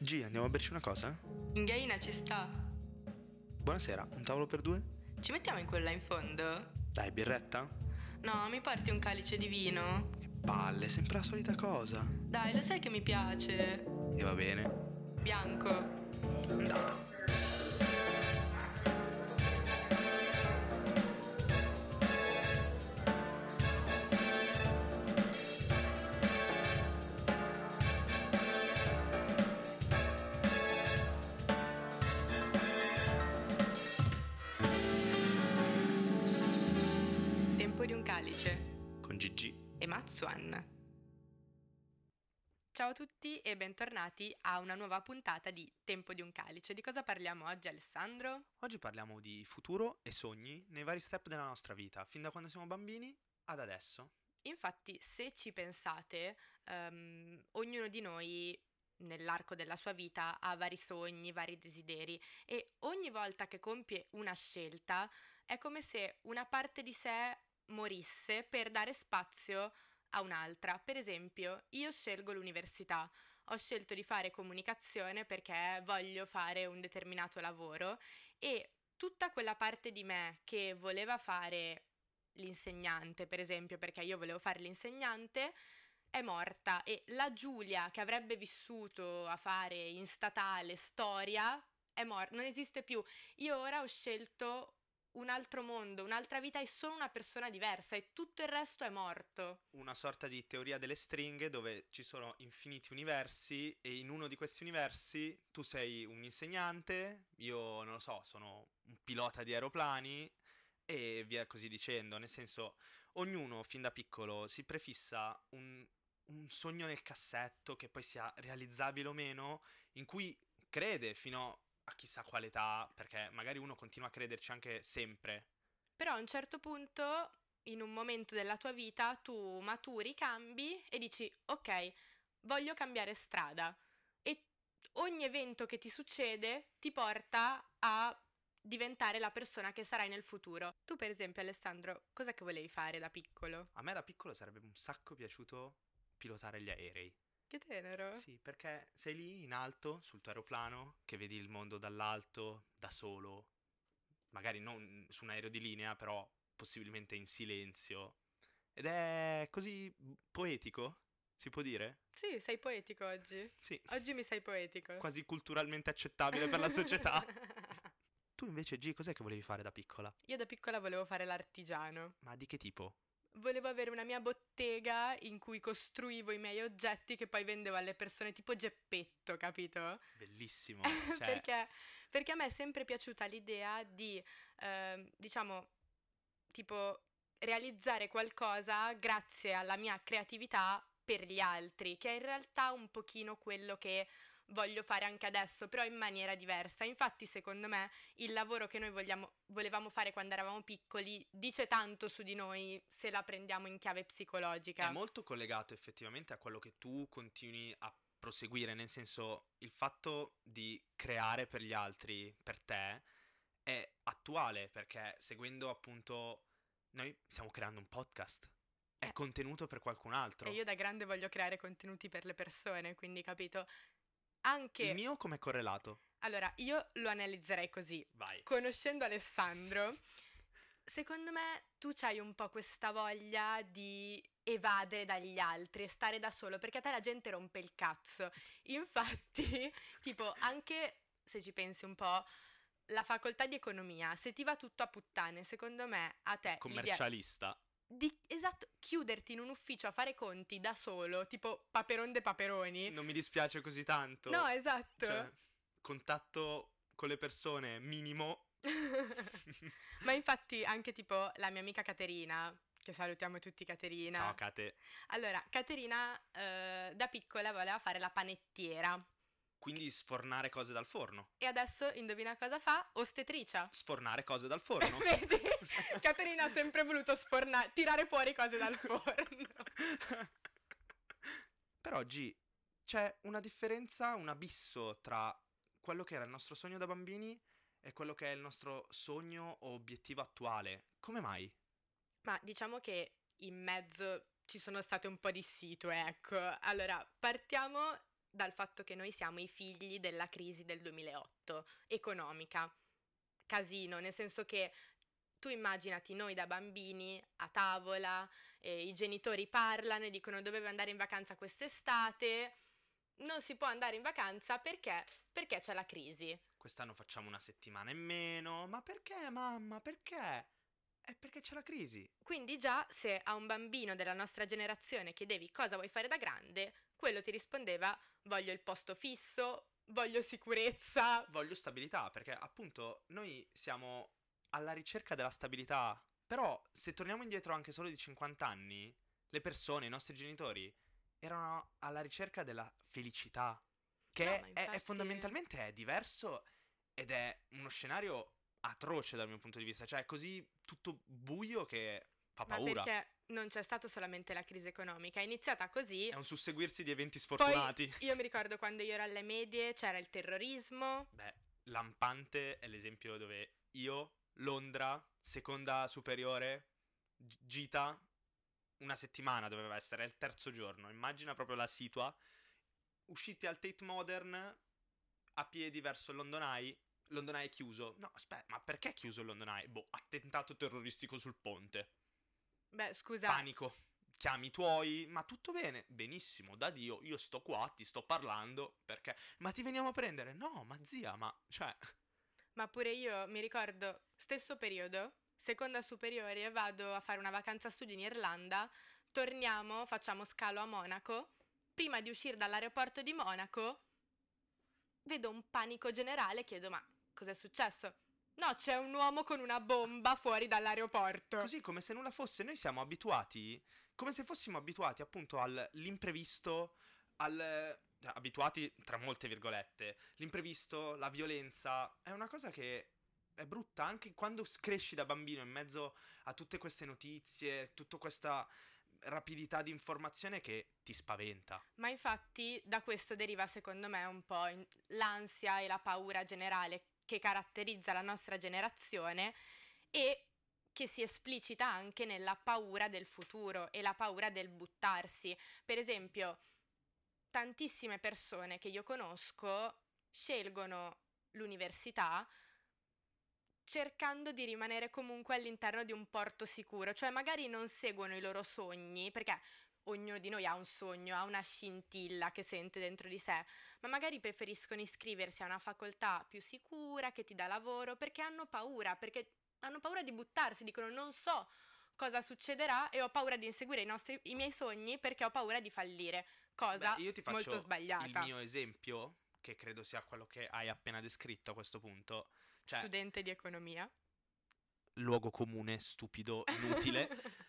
Gi, andiamo a berci una cosa? In Gaina ci sta. Buonasera, un tavolo per due? Ci mettiamo in quella in fondo? Dai, birretta? No, mi porti un calice di vino? Che palle, sempre la solita cosa. Dai, lo sai che mi piace. E va bene. Bianco. Andata. Tempo di un calice. Con Gigi. E Matsuan. Ciao a tutti e bentornati a una nuova puntata di Tempo di un calice. Di cosa parliamo oggi, Alessandro? Oggi parliamo di futuro e sogni nei vari step della nostra vita, fin da quando siamo bambini ad adesso. Infatti, se ci pensate, ognuno di noi nell'arco della sua vita ha vari sogni, vari desideri e ogni volta che compie una scelta è come se una parte di sé morisse per dare spazio a un'altra. Per esempio, io scelgo l'università, ho scelto di fare comunicazione perché voglio fare un determinato lavoro e tutta quella parte di me che voleva fare l'insegnante, per esempio, perché io volevo fare l'insegnante, è morta e la Giulia che avrebbe vissuto a fare in statale storia è morta, non esiste più. Io ora ho scelto un altro mondo, un'altra vita e sono una persona diversa e tutto il resto è morto. Una sorta di teoria delle stringhe dove ci sono infiniti universi e in uno di questi universi tu sei un insegnante, io non lo so, sono un pilota di aeroplani e via così dicendo, nel senso ognuno fin da piccolo si prefissa un sogno nel cassetto che poi sia realizzabile o meno, in cui crede fino a chissà quale età, perché magari uno continua a crederci anche sempre. Però a un certo punto, in un momento della tua vita, tu maturi, cambi e dici ok, voglio cambiare strada. E ogni evento che ti succede ti porta a diventare la persona che sarai nel futuro. Tu, per esempio, Alessandro, cosa che volevi fare da piccolo? A me da piccolo sarebbe un sacco piaciuto pilotare gli aerei. Che tenero. Sì, perché sei lì in alto sul tuo aeroplano che vedi il mondo dall'alto, da solo, magari non su un aereo di linea, però possibilmente in silenzio. Ed è così poetico, si può dire? Sì, sei poetico oggi. Sì, Oggi mi sei poetico. quasi culturalmente accettabile per la società. Tu invece, G, cos'è che volevi fare da piccola? Io da piccola volevo fare l'artigiano. Ma di che tipo? Volevo avere una mia bottega in cui costruivo i miei oggetti che poi vendevo alle persone, tipo Geppetto, capito? Bellissimo, cioè, Perché a me è sempre piaciuta l'idea di, diciamo, tipo, realizzare qualcosa grazie alla mia creatività per gli altri, che è in realtà un pochino quello che voglio fare anche adesso, però in maniera diversa. Infatti, secondo me, il lavoro che noi volevamo fare quando eravamo piccoli dice tanto su di noi se la prendiamo in chiave psicologica. è molto collegato effettivamente a quello che tu continui a proseguire, nel senso, il fatto di creare per gli altri, per te, è attuale, perché seguendo appunto, noi stiamo creando un podcast, è Eh. contenuto per qualcun altro. E io da grande voglio creare contenuti per le persone, quindi capito? Il Anche... mio com'è correlato? Allora, io lo analizzerei così. Vai. Conoscendo Alessandro, secondo me tu c'hai un po' questa voglia di evadere dagli altri e stare da solo, perché a te la gente rompe il cazzo. Infatti, tipo, anche se ci pensi un po', la facoltà di economia, se ti va tutto a puttane, secondo me a te l'idea Commercialista. esatto, chiuderti in un ufficio a fare conti da solo, tipo Paperon de Paperoni. Non mi dispiace così tanto. No, esatto. Cioè, contatto con le persone minimo. Ma infatti anche tipo la mia amica Caterina, che salutiamo tutti Caterina. Ciao Kate. Allora, Caterina da piccola voleva fare la panettiera Quindi sfornare cose dal forno. e adesso indovina cosa fa? Ostetricia. Sfornare cose dal forno. Vedi? Caterina ha sempre voluto tirare fuori cose dal forno. Però oggi c'è una differenza, un abisso tra quello che era il nostro sogno da bambini e quello che è il nostro sogno o obiettivo attuale. Come mai? Ma diciamo che in mezzo ci sono state un po' di situe, ecco. Allora, partiamo dal fatto che noi siamo i figli della crisi del 2008, economica. Casino, nel senso che tu immaginati noi da bambini a tavola, i genitori parlano e dicono dovevo andare in vacanza quest'estate, non si può andare in vacanza perché? Perché c'è la crisi. Quest'anno facciamo una settimana in meno. Ma perché, mamma? Perché? È perché c'è la crisi. Quindi già se a un bambino della nostra generazione chiedevi cosa vuoi fare da grande, quello ti rispondeva voglio il posto fisso, voglio sicurezza. Voglio stabilità, perché appunto noi siamo alla ricerca della stabilità. Però se torniamo indietro anche solo di 50 anni, le persone, i nostri genitori, erano alla ricerca della felicità, No, che ma è infatti... fondamentalmente è diverso ed è uno scenario atroce dal mio punto di vista, cioè è così tutto buio che fa Ma paura. perché non c'è stata solamente la crisi economica, è iniziata così. È un susseguirsi di eventi Poi sfortunati. io mi ricordo quando io ero alle medie c'era il terrorismo. Beh, lampante è l'esempio dove io, Londra, seconda superiore, gita, una settimana doveva essere, è il terzo giorno, immagina proprio la situa, usciti al Tate Modern, a piedi verso il London Eye, London Eye è chiuso. No, aspetta, ma perché è chiuso il London Eye? Boh, attentato terroristico sul ponte. Beh, scusa, Panico. Chiami i tuoi, ma tutto bene? Benissimo, da Dio, io sto qua, ti sto parlando, perché... Ma ti veniamo a prendere? No, ma zia, ma... Cioè... ma pure io mi ricordo, stesso periodo, seconda superiore, vado a fare una vacanza studi in Irlanda, torniamo, facciamo scalo a Monaco, prima di uscire dall'aeroporto di Monaco, vedo un panico generale, chiedo ma cos'è successo? No, c'è un uomo con una bomba fuori dall'aeroporto. Così come se nulla fosse, noi siamo abituati, come se fossimo abituati appunto all'imprevisto, abituati tra molte virgolette, l'imprevisto, la violenza, è una cosa che è brutta anche quando cresci da bambino in mezzo a tutte queste notizie, tutta questa rapidità di informazione che ti spaventa. Ma infatti da questo deriva secondo me un po' l'ansia e la paura generale che caratterizza la nostra generazione e che si esplicita anche nella paura del futuro e la paura del buttarsi. Per esempio, tantissime persone che io conosco scelgono l'università cercando di rimanere comunque all'interno di un porto sicuro, cioè magari non seguono i loro sogni, perché ognuno di noi ha un sogno, ha una scintilla che sente dentro di sé, ma magari preferiscono iscriversi a una facoltà più sicura, che ti dà lavoro, perché hanno paura di buttarsi, dicono non so cosa succederà e ho paura di inseguire i miei sogni perché ho paura di fallire, Beh, cosa io ti molto faccio il sbagliata. mio esempio, che credo sia quello che hai appena descritto a questo punto. Cioè, Studente di economia. luogo comune, stupido, inutile.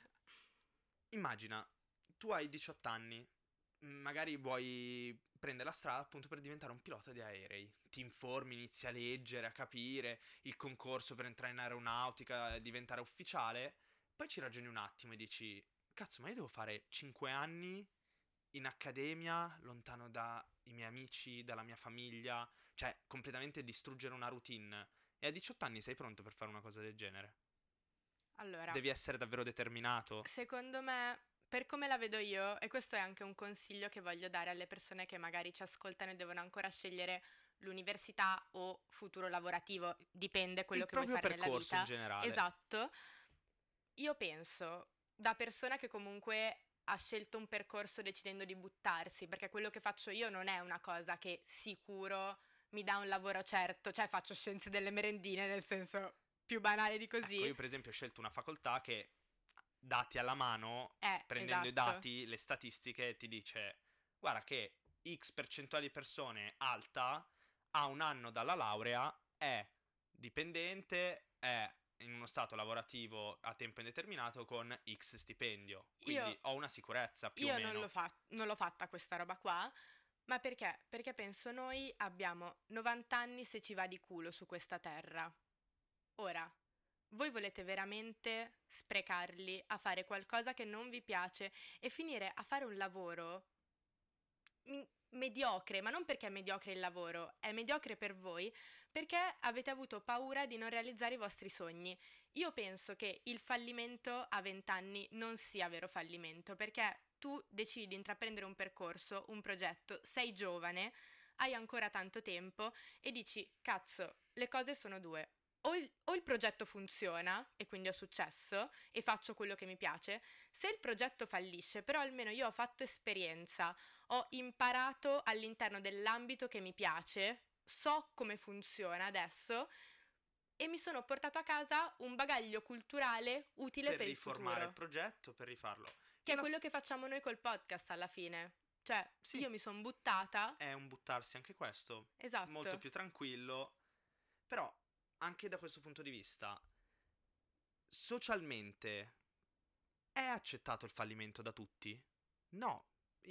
Immagina, tu hai 18 anni, magari vuoi prendere la strada appunto per diventare un pilota di aerei. Ti informi, inizi a leggere, a capire il concorso per entrare in aeronautica, diventare ufficiale. Poi ci ragioni un attimo e dici, cazzo, ma io devo fare 5 anni in accademia, lontano dai miei amici, dalla mia famiglia, cioè completamente distruggere una routine. E a 18 anni sei pronto per fare una cosa del genere? Allora, Devi essere davvero determinato. secondo me, per come la vedo io, e questo è anche un consiglio che voglio dare alle persone che magari ci ascoltano e devono ancora scegliere l'università o futuro lavorativo, dipende quello Il che vuoi proprio fare nella percorso in vita. generale. Esatto. Io penso, da persona che comunque ha scelto un percorso decidendo di buttarsi, perché quello che faccio io non è una cosa che sicuro mi dà un lavoro certo, cioè faccio scienze delle merendine, nel senso più banale di Ecco, così. io per esempio ho scelto una facoltà che, dati alla mano, prendendo i Esatto. dati, le statistiche, ti dice, guarda che X percentuale di persone alta a un anno dalla laurea è dipendente, è in uno stato lavorativo a tempo indeterminato con X stipendio. Io, Quindi ho una sicurezza più o io non meno. non l'ho fatta questa roba qua, ma perché? Perché penso noi abbiamo 90 anni se ci va di culo su questa terra. Ora, voi volete veramente sprecarli a fare qualcosa che non vi piace e finire a fare un lavoro mediocre, ma non perché è mediocre il lavoro, è mediocre per voi perché avete avuto paura di non realizzare i vostri sogni. Io penso che il fallimento a 20 anni non sia vero fallimento, perché tu decidi di intraprendere un percorso, un progetto, sei giovane, hai ancora tanto tempo e dici, cazzo, le cose sono due. O il progetto funziona e quindi ho successo e faccio quello che mi piace, se il progetto fallisce, però almeno io ho fatto esperienza, ho imparato all'interno dell'ambito che mi piace, so come funziona adesso e mi sono portato a casa un bagaglio culturale utile Per per il riformare il futuro, progetto, per rifarlo. che è quello che facciamo noi col podcast alla fine. Cioè, Sì, io mi sono buttata, è un buttarsi anche questo, molto esatto. più tranquillo, però anche da questo punto di vista, socialmente è accettato il fallimento da tutti? No.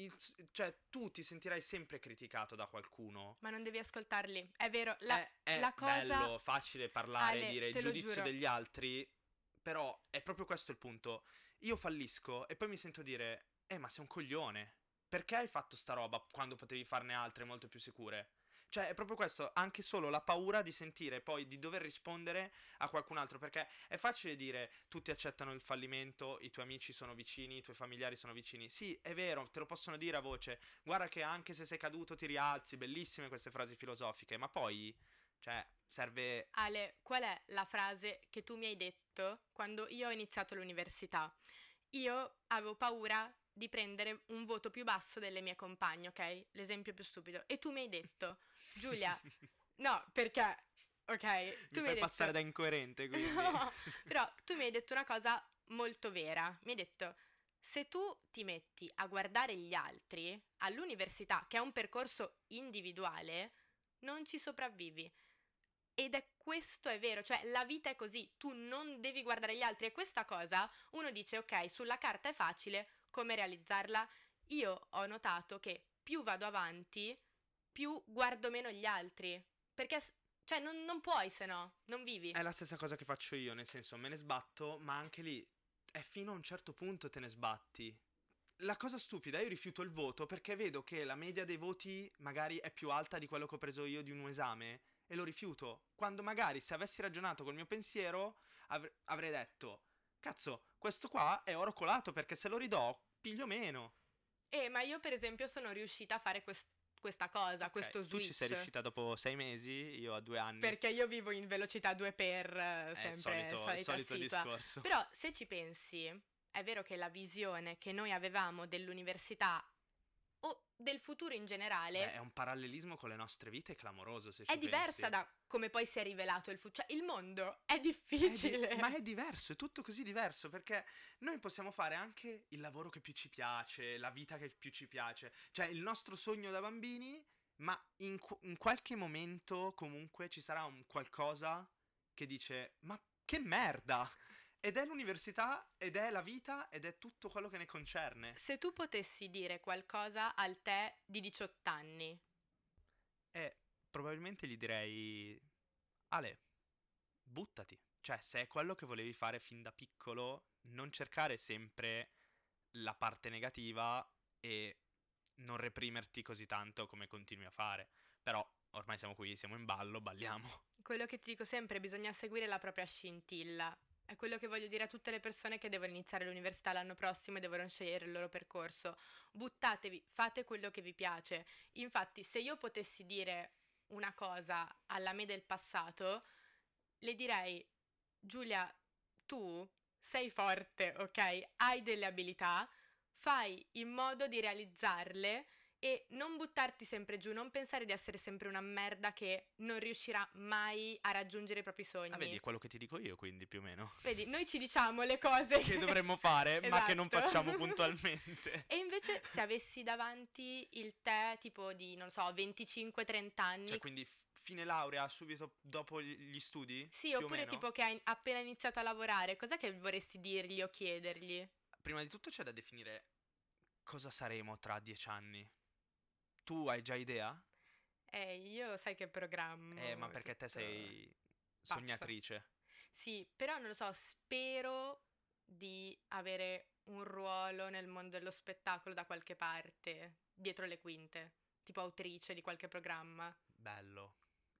Cioè, tu ti sentirai sempre criticato da qualcuno. Ma non devi ascoltarli. È vero, È la cosa... bello, facile parlare e Ale, dire il te lo giudizio giuro. degli altri, però è proprio questo il punto. Io fallisco e poi mi sento dire, ma sei un coglione. Perché hai fatto sta roba quando potevi farne altre molto più sicure? Cioè, è proprio questo, anche solo la paura di sentire poi di dover rispondere a qualcun altro, perché è facile dire tutti accettano il fallimento, i tuoi amici sono vicini, i tuoi familiari sono vicini. Sì, è vero, te lo possono dire a voce. Guarda che anche se sei caduto ti rialzi, bellissime queste frasi filosofiche, ma poi, cioè, serve... Ale, qual è la frase che tu mi hai detto quando io ho iniziato l'università? Io avevo paura di prendere un voto più basso delle mie compagne, ok? L'esempio più stupido. E tu mi hai detto, Giulia, no, perché, ok? Mi Tu mi hai fai passare detto, da incoerente, quindi... no, però tu mi hai detto una cosa molto vera. Mi hai detto, se tu ti metti a guardare gli altri all'università, che è un percorso individuale, non ci sopravvivi. Ed è questo è vero, cioè la vita è così, tu non devi guardare gli altri e questa cosa uno dice ok, sulla carta è facile, come realizzarla? Io ho notato che più vado avanti, più guardo meno gli altri, perché cioè non puoi se no, non vivi. È la stessa cosa che faccio io, nel senso me ne sbatto, ma anche lì è fino a un certo punto te ne sbatti. La cosa stupida, io rifiuto il voto perché vedo che la media dei voti magari è più alta di quello che ho preso io di un esame e lo rifiuto. Quando magari se avessi ragionato col mio pensiero avrei detto, cazzo, questo qua è oro colato perché se lo ridò piglio meno. Ma io per esempio sono riuscita a fare questa cosa, Ok, questo tu ci sei switch. riuscita dopo 6 mesi, io a 2 anni. Perché io vivo in velocità 2 per È il sempre solito, il solita solito situa. discorso. Però se ci pensi, è vero che la visione che noi avevamo dell'università o del futuro in Beh, generale è un parallelismo con le nostre vite clamoroso se è ci diversa pensi. da come poi si è rivelato il futuro. Cioè, il mondo è Ma è difficile. diverso, è tutto così diverso perché noi possiamo fare anche il lavoro che più ci piace, la vita che più ci piace, cioè il nostro sogno da bambini, ma in qualche momento comunque ci sarà un qualcosa che dice ma che merda! Ed è l'università, ed è la vita, ed è tutto quello che ne concerne. Se tu potessi dire qualcosa al te di 18 anni, E probabilmente gli direi, Ale, buttati. Cioè, se è quello che volevi fare fin da piccolo, non cercare sempre la parte negativa e non reprimerti così tanto come continui a fare. Però ormai siamo qui, siamo in ballo, balliamo. quello che ti dico sempre, bisogna seguire la propria scintilla. È quello che voglio dire a tutte le persone che devono iniziare l'università l'anno prossimo e devono scegliere il loro percorso. Buttatevi, fate quello che vi piace. Infatti, se io potessi dire una cosa alla me del passato, le direi, Giulia, tu sei forte, ok? Hai delle abilità, fai in modo di realizzarle e non buttarti sempre giù, non pensare di essere sempre una merda che non riuscirà mai a raggiungere i propri Ah, vedi, sogni. è quello che ti dico io, quindi, più o meno. Vedi, noi ci diciamo le cose Che dovremmo fare, ma che non Esatto. facciamo puntualmente. E invece se avessi davanti il te tipo di, non so, 25-30 Cioè, anni, quindi fine laurea, subito dopo gli studi? sì, Più o oppure meno? tipo che hai appena iniziato a lavorare, cos'è che vorresti dirgli o chiedergli? Prima di tutto c'è da definire cosa saremo tra 10 anni. Tu hai già idea? Io sai che Ma programmo perché te tutto sei pazza. sognatrice. Sì, però non lo so, spero di avere un ruolo nel mondo dello spettacolo da qualche parte, dietro le quinte, tipo autrice di qualche programma. Bello.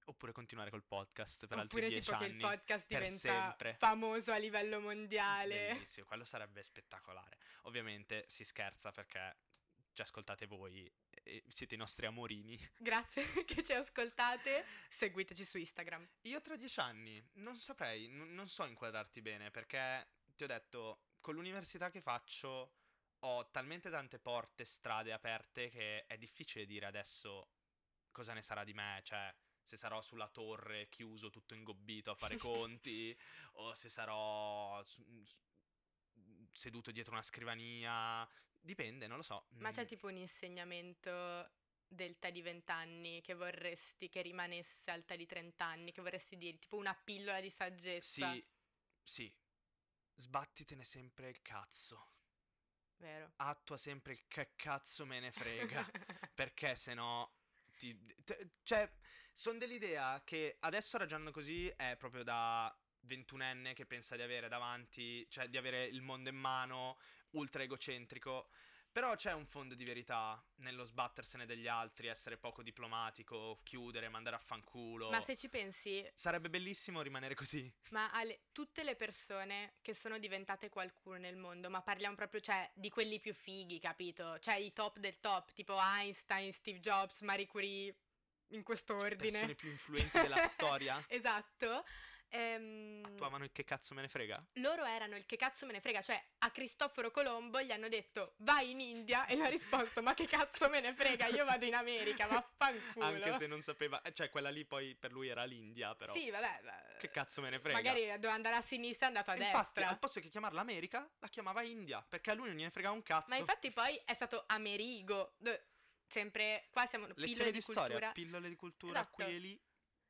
Oppure continuare col podcast per altri Oppure 10 tipo che il anni, podcast per diventa sempre. famoso a livello mondiale. Bellissimo, quello sarebbe spettacolare. Ovviamente si scherza perché ci ascoltate voi e siete i nostri amorini. Grazie che ci ascoltate, seguiteci su Instagram. Io tra 10 anni non saprei, non so inquadrarti bene perché ti ho detto, con l'università che faccio ho talmente tante porte, strade aperte che è difficile dire adesso cosa ne sarà di me, cioè se sarò sulla torre chiuso tutto ingobbito a fare conti o se sarò seduto dietro una scrivania, dipende, non lo so. Ma c'è tipo un insegnamento del te di 20 anni che vorresti che rimanesse al te di 30 anni, che vorresti dire, tipo una pillola di saggezza, Sì, sì, sbattitene sempre il cazzo. vero? Attua sempre il che cazzo me ne frega, perché se no cioè, sono dell'idea che adesso ragionando così è proprio da 21enne che pensa di avere davanti, cioè di avere il mondo in mano, ultra egocentrico. Però c'è un fondo di verità nello sbattersene degli altri, essere poco diplomatico, chiudere, mandare a fanculo. Ma se ci pensi, Sarebbe bellissimo rimanere così. ma tutte le persone che sono diventate qualcuno nel mondo, ma parliamo proprio, cioè, di quelli più fighi, capito? Cioè, i top del top, tipo Einstein, Steve Jobs, Marie Curie, in quest'ordine. Persone più influenti della storia Esatto. attuavano il che cazzo me ne frega. Loro erano il che cazzo me ne frega, cioè a Cristoforo Colombo gli hanno detto vai in India e lui ha risposto ma che cazzo me ne frega, io vado in America, vaffanculo. Anche se non sapeva, cioè quella lì poi per lui era l'India, però. Sì, vabbè. Che cazzo me ne frega. Magari doveva andare a sinistra è andato a Infatti, destra. al posto che chiamarla America, la chiamava India, perché a lui non gliene frega un cazzo. Ma infatti poi è stato Amerigo. Sempre, qua siamo Lezioni pillole di di storia, cultura. pillole di cultura, Esatto. qui e lì.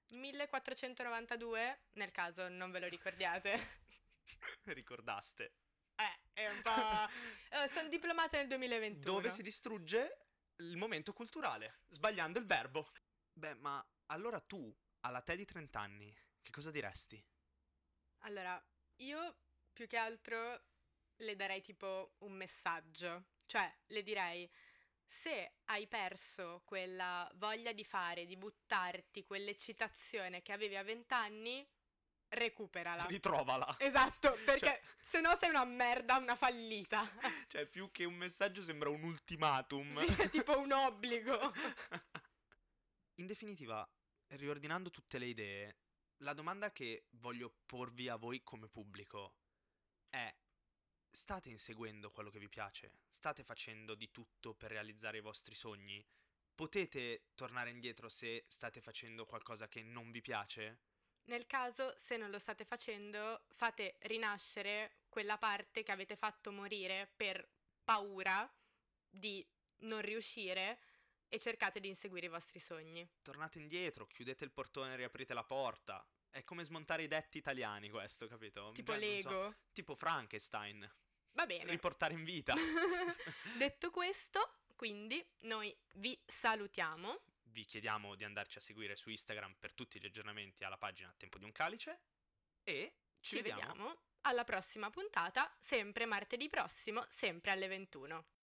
1492, nel caso non ve lo ricordiate. Ricordaste. È un po'... sono diplomata nel 2021. Dove si distrugge il momento culturale, sbagliando il verbo. Beh, ma allora tu, alla te di 30 anni, che cosa diresti? Allora, io più che altro le darei tipo un messaggio. Cioè, le direi, se hai perso quella voglia di fare, di buttarti, quell'eccitazione che avevi a 20 anni, recuperala. Ritrovala. Esatto, perché Cioè- se no sei una merda, una fallita. Cioè, più che un messaggio sembra un ultimatum. Sì, è tipo un obbligo. In definitiva, riordinando tutte le idee, la domanda che voglio porvi a voi come pubblico è: state inseguendo quello che vi piace? State facendo di tutto per realizzare i vostri sogni? Potete tornare indietro se state facendo qualcosa che non vi piace? Nel caso, se non lo state facendo, fate rinascere quella parte che avete fatto morire per paura di non riuscire e cercate di inseguire i vostri sogni. Tornate indietro, chiudete il portone e riaprite la porta. È come smontare i detti italiani questo, capito? Tipo Cioè, non so, Lego. tipo Frankenstein. Va bene. Riportare in vita. Detto questo, quindi noi vi salutiamo. Vi chiediamo di andarci a seguire su Instagram per tutti gli aggiornamenti alla pagina Tempo di un Calice e ci vediamo alla prossima puntata, sempre martedì prossimo, sempre alle 21.